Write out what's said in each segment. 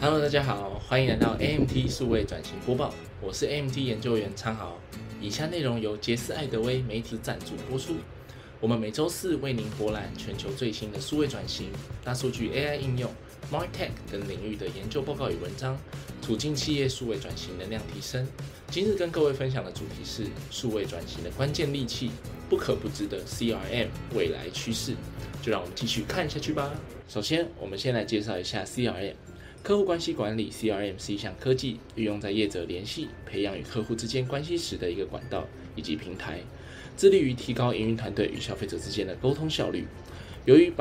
Hello， 大家好，欢迎来到 AMT 数位转型播报，我是 AMT 研究员昌豪。以下内容由杰斯艾德威媒体赞助播出。我们每周四为您博览全球最新的数位转型、大数据 AI 应用、MarTech 等领域的研究报告与文章，促进企业数位转型能量提升。今日跟各位分享的主题是数位转型的关键利器，不可不知的 CRM 未来趋势。就让我们继续看下去吧。首先，我们先来介绍一下 CRM。客户关系管理 CRM 是一项科技，运用在业者联系、培养与客户之间关系时的一个管道以及平台，致力于提高营运团队与消费者之间的沟通效率。由于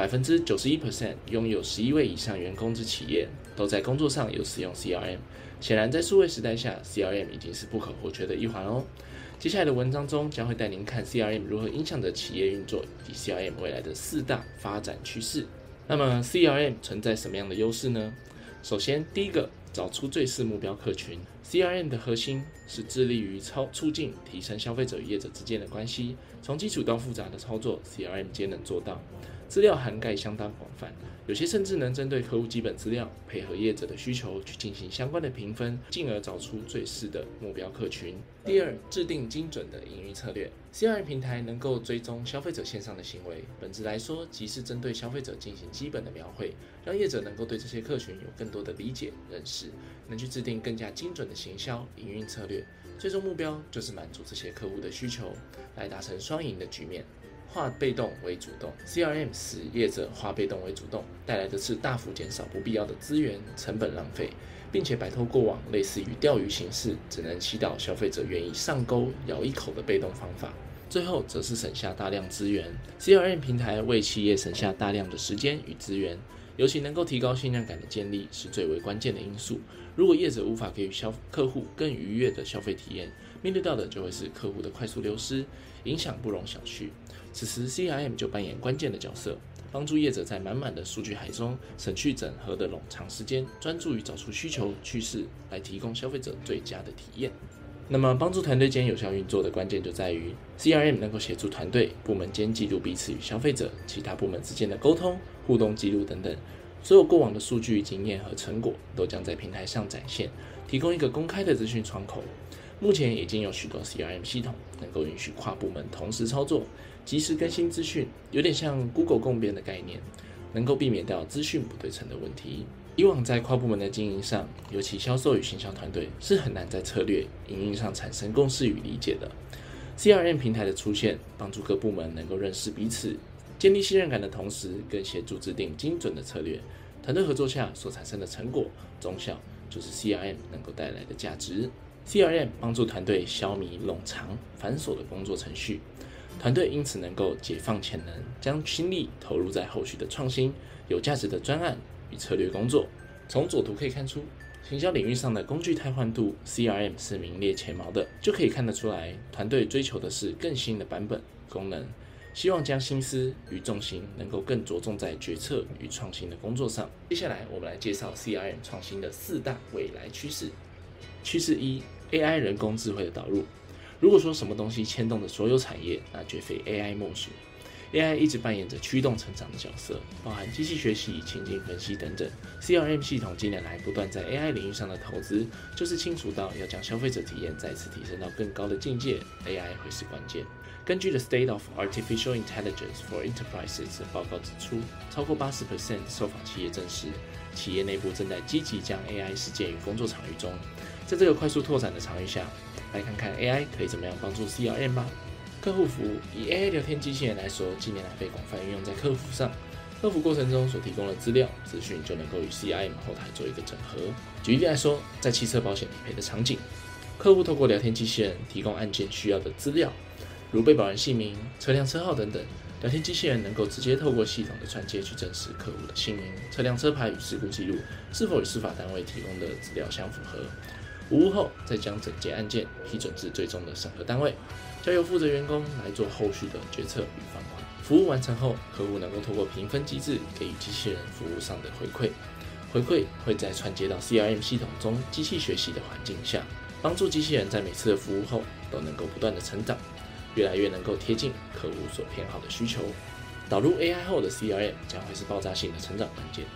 91% 拥有11位以上员工之企业都在工作上有使用 CRM， 显然在数位时代下 CRM 已经是不可或缺的一环哦。接下来的文章中将会带您看 CRM 如何影响着企业运作以及 CRM 未来的4大发展趋势。那么 CRM 存在什么样的优势呢？首先，第一个，找出最适目标客群。CRM 的核心是致力于促进、提升消费者与业者之间的关系，从基础到复杂的操作 ，CRM 皆能做到。资料涵盖相当广泛，有些甚至能针对客户基本资料，配合业者的需求去进行相关的评分，进而找出最适的目标客群。第二，制定精准的营运策略。CRM 平台能够追踪消费者线上的行为，本质来说，即是针对消费者进行基本的描绘，让业者能够对这些客群有更多的理解、认识，能去制定更加精准的行销营运策略。最终目标就是满足这些客户的需求，来达成双赢的局面。化被动为主动 ，CRM 使业者化被动为主动，带来的是大幅减少不必要的资源成本浪费，并且摆脱过往类似于钓鱼形式，只能祈祷消费者愿意上钩咬一口的被动方法。最后则是省下大量资源 ，CRM 平台为企业省下大量的时间与资源，尤其能够提高信任感的建立是最为关键的因素。如果业者无法给予客户更愉悦的消费体验，面对到的就会是客户的快速流失，影响不容小觑。此时 CRM 就扮演关键的角色，帮助业者在满满的数据海中省去整合的冗长时间，专注于找出需求趋势，来提供消费者最佳的体验。那么帮助团队间有效运作的关键就在于 CRM 能够协助团队部门间记录彼此与消费者、其他部门之间的沟通、互动记录等等，所有过往的数据、经验和成果都将在平台上展现，提供一个公开的资讯窗口。目前已经有许多 CRM 系统能够允许跨部门同时操作，及时更新资讯，有点像 Google 共编的概念，能够避免掉资讯不对称的问题。以往在跨部门的经营上，尤其销售与行销团队是很难在策略、营运上产生共识与理解的。CRM 平台的出现，帮助各部门能够认识彼此，建立信任感的同时，更协助制定精准的策略。团队合作下所产生的成果、终效，就是 CRM 能够带来的价值。CRM 帮助团队消弭冗长繁琐的工作程序，团队因此能够解放潜能，将心力投入在后续的创新、有价值的专案与策略工作。从左图可以看出，行销领域上的工具汰换度 CRM 是名列前茅的，就可以看得出来，团队追求的是更新的版本、功能，希望将心思与重心能够更着重在决策与创新的工作上。接下来我们来介绍 CRM 创新的4大未来趋势。趋势1 ，AI 人工智慧的导入。如果说什么东西牵动着所有产业，那绝非 AI 莫属。AI 一直扮演着驱动成长的角色，包含机器学习、情境分析等等。CRM 系统近年来不断在 AI 领域上的投资，就是清楚到要将消费者体验再次提升到更高的境界 ，AI 会是关键。根据 The State of Artificial Intelligence for Enterprises 的报告指出，超过 80% 受访企业证实，企业内部正在积极将 AI 实践于工作场域中。在这个快速拓展的场域下，来看看 AI 可以怎么样帮助 CRM 吧。客户服务以 AI 聊天机器人来说，近年来被广泛运用在客服上。客服过程中所提供的资料、资讯就能够与 CRM 后台做一个整合。举例来说，在汽车保险理赔的场景，客户透过聊天机器人提供案件需要的资料，如被保人姓名、车辆车号等等。聊天机器人能够直接透过系统的串接去证实客户的姓名、车辆车牌与事故记录是否与司法单位提供的资料相符合。无误后，再将整件案件批准至最终的审核单位，交由负责员工来做后续的决策与放款。服务完成后，客户能够透过评分机制给予机器人服务上的回馈，回馈会再串接到 CRM 系统中机器学习的环境下，帮助机器人在每次的服务后都能够不断的成长，越来越能够贴近客户所偏好的需求。导入 AI 后的 CRM 将会是爆炸性的成长关键。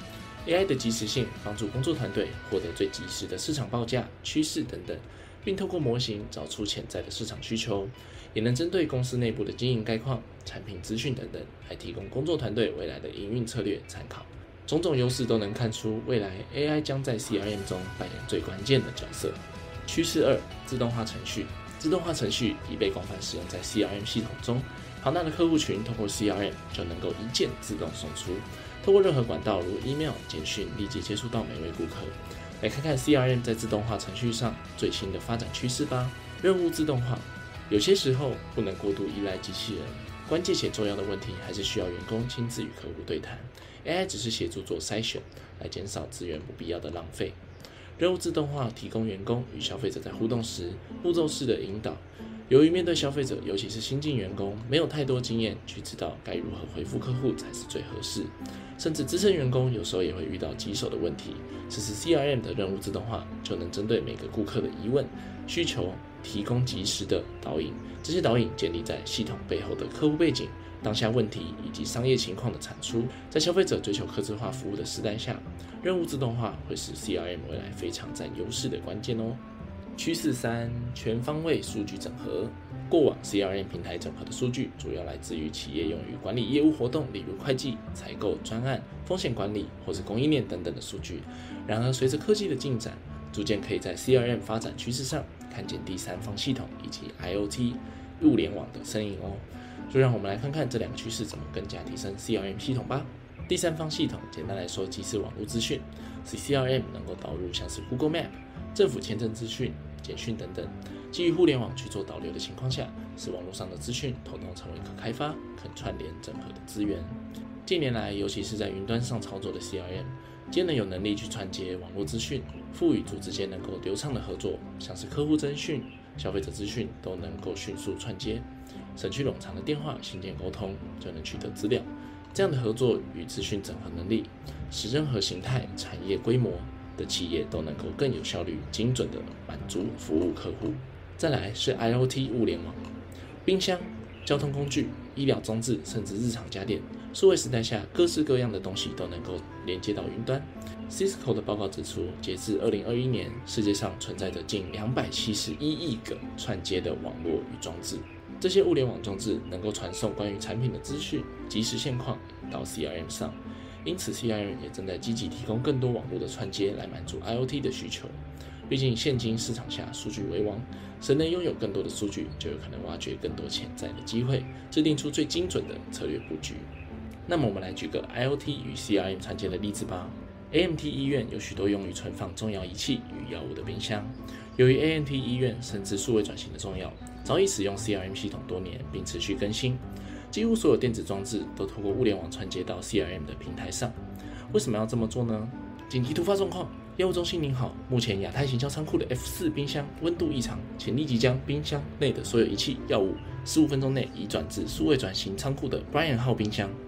AI 的即时性帮助工作团队获得最及时的市场报价、趋势等等，并透过模型找出潜在的市场需求，也能针对公司内部的经营概况、产品资讯等等，来提供工作团队未来的营运策略参考。种种优势都能看出，未来 AI 将在 CRM 中扮演最关键的角色。趋势2：自动化程序。自动化程序已被广泛使用在 CRM 系统中，庞大的客户群透过 CRM 就能够一键自动送出，透过任何管道如 email、简讯，立即接触到每位顾客。来看看 CRM 在自动化程序上最新的发展趋势吧。任务自动化，有些时候不能过度依赖机器人，关键且重要的问题还是需要员工亲自与客户对谈。AI 只是协助做筛选，来减少资源不必要的浪费。任务自动化提供员工与消费者在互动时步骤式的引导。由于面对消费者，尤其是新进员工，没有太多经验去知道该如何回复客户才是最合适，甚至资深员工有时候也会遇到棘手的问题。此时 CRM 的任务自动化就能针对每个顾客的疑问、需求提供及时的导引。这些导引建立在系统背后的客户背景、当下问题以及商业情况的产出。在消费者追求客制化服务的时代下，任务自动化会是 CRM 未来非常占优势的关键哦。趋势3：全方位数据整合。过往 CRM 平台整合的数据主要来自于企业用于管理业务活动，例如会计、采购、专案、风险管理或是供应链等等的数据。然而，随着科技的进展，逐渐可以在 CRM 发展趋势上看见第三方系统以及 IoT 物联网的身影哦。就让我们来看看这两个趋势怎么更加提升 CRM 系统吧。第三方系统简单来说即是网络资讯，使 CRM 能够导入像是 Google Map、政府签证资讯、简讯等等，基于互联网去做导流的情况下，使网络上的资讯统统成为可开发、可串联整合的资源。近年来，尤其是在云端上操作的 CRM， 皆能有能力去串接网络资讯，赋予组之间能够流畅的合作，像是客户征讯、消费者资讯都能够迅速串接，省去冗长的电话、信件沟通就能取得资料。这样的合作与资讯整合能力，使任何形态、产业规模的企业都能够更有效率、精准地满足服务客户。再来是 IoT 物联网，冰箱、交通工具、医疗装置，甚至日常家电，数位时代下各式各样的东西都能够连接到云端。Cisco 的报告指出，截至2021年，世界上存在着近271亿个串接的网络与装置。这些物联网装置能够传送关于产品的资讯、即时现况到 CRM 上，因此 CRM 也正在积极提供更多网络的串接来满足 IoT 的需求。毕竟现今市场下数据为王，谁能拥有更多的数据，就有可能挖掘更多潜在的机会，制定出最精准的策略布局。那么我们来举个 IoT 与 CRM 串接的例子吧。AMT 医院有许多用于存放重要仪器与药物的冰箱。由于 AMT 医院深知数位转型的重要，早已使用 CRM 系统多年，并持续更新。几乎所有电子装置都透过物联网串接到 CRM 的平台上。为什么要这么做呢？紧急突发状况，业务中心您好，目前亚太行销仓库的 F4 冰箱温度异常，请立即将冰箱内的所有仪器、药物15分钟内移转至数位转型仓库的 Brian 号冰箱。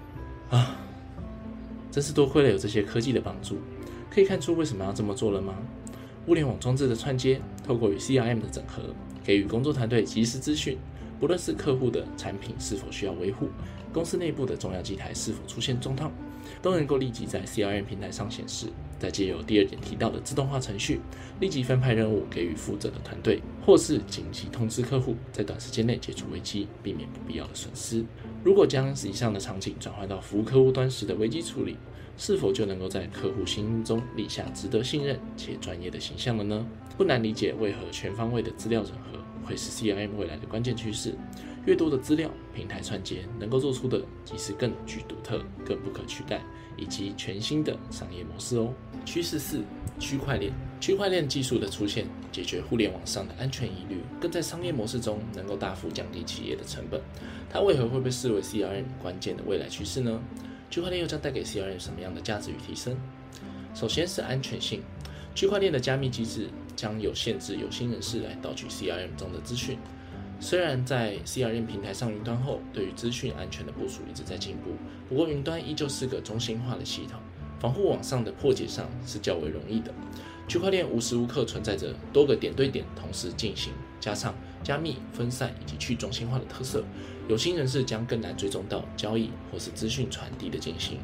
真是多亏了有这些科技的帮助。可以看出为什么要这么做了吗？物联网装置的串接，透过与 CRM 的整合，给予工作团队及时资讯，不论是客户的产品是否需要维护，公司内部的重要机台是否出现状况，都能够立即在 CRM 平台上显示。再借由第二点提到的自动化程序，立即分派任务给予负责的团队，或是紧急通知客户，在短时间内解除危机，避免不必要的损失。如果将以上的场景转换到服务客户端时的危机处理，是否就能够在客户心目中立下值得信任且专业的形象了呢？不难理解为何全方位的资料整合会是 CRM 未来的关键趋势。越多的资料平台串接，能够做出的即是更具独特、更不可取代，以及全新的商业模式哦。趋势4：区块链。区块链技术的出现，解决互联网上的安全疑虑，更在商业模式中能够大幅降低企业的成本。它为何会被视为 CRM 关键的未来趋势呢？区块链又将带给 CRM 什么样的价值与提升？首先是安全性，区块链的加密机制将有限制有心人士来盗取 CRM 中的资讯。虽然在 CRM 平台上云端后，对于资讯安全的部署一直在进步，不过云端依旧是个中心化的系统，防护网上的破解上是较为容易的。区块链无时无刻存在着多个点对点同时进行，加上加密、分散以及去中心化的特色，有心人士将更难追踪到交易或是资讯传递的进行。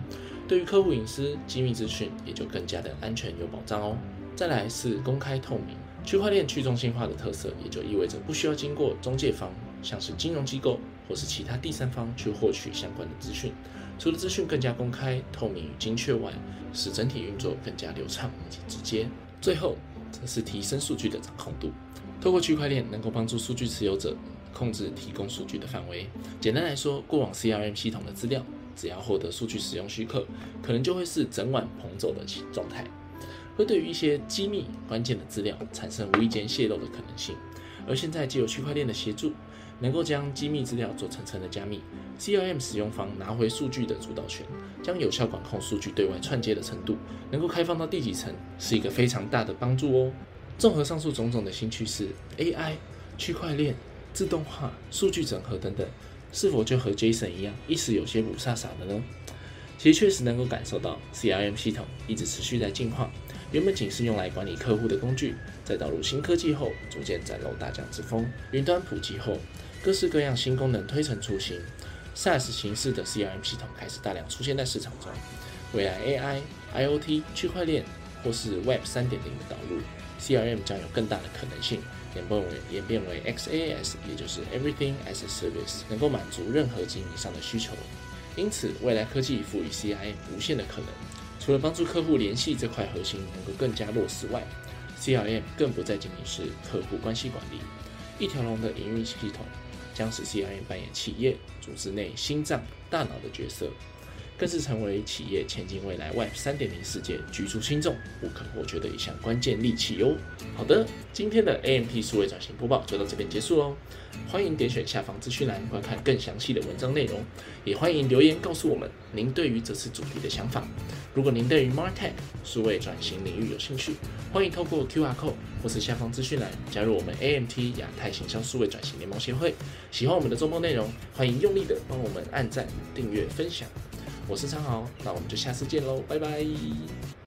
对于客户隐私、机密资讯也就更加的安全有保障哦。再来是公开透明，区块链去中心化的特色，也就意味着不需要经过中介方，像是金融机构或是其他第三方去获取相关的资讯。除了资讯更加公开、透明与精确外，使整体运作更加流畅以及直接。最后，则是提升数据的掌控度。透过区块链能够帮助数据持有者控制提供数据的范围。简单来说，过往 CRM 系统的资料，只要获得数据使用许可，可能就会是整晚捧走的状态，会对于一些机密关键的资料产生无意间泄露的可能性。而现在藉由区块链的协助，能够将机密资料做层层的加密， CRM 使用方拿回数据的主导权，将有效管控数据对外串接的程度，能够开放到第几层，是一个非常大的帮助哦。综合上述种种的新趋势 ，AI、区块链、自动化、数据整合等等，是否就和 Jason 一样，一时有些不飒飒的呢？其实确实能够感受到 CRM 系统一直持续在进化，原本仅是用来管理客户的工具，在导入新科技后，逐渐崭露大将之风。云端普及后，各式各样新功能推陈出新 ，SaaS 形式的 CRM 系统开始大量出现在市场中。未来 AI、IoT、区块链或是 Web 3.0的导入 ，CRM 将有更大的可能性演变为 XaaS， 也就是 Everything as a Service， 能够满足任何经营上的需求。因此，未来科技赋予 CRM 无限的可能。除了帮助客户联系这块核心能够更加落实外， CRM 更不再仅仅是客户关系管理，一条龙的营运系统将使 CRM 扮演企业组织内心脏、大脑的角色，更是成为企业前进未来 Web 3.0 世界举足轻重、不可或缺的一项关键利器哟。好的，今天的 AMT 数位转型播报就到这边结束喽。欢迎点选下方资讯栏观看更详细的文章内容，也欢迎留言告诉我们您对于这次主题的想法。如果您对于 MarTech 数位转型领域有兴趣，欢迎透过 QR Code 或是下方资讯栏加入我们 AMT 亚太行销数位转型联盟协会。喜欢我们的周末内容，欢迎用力的帮我们按赞、订阅、分享。我是昌豪，那我们就下次见喽，拜拜。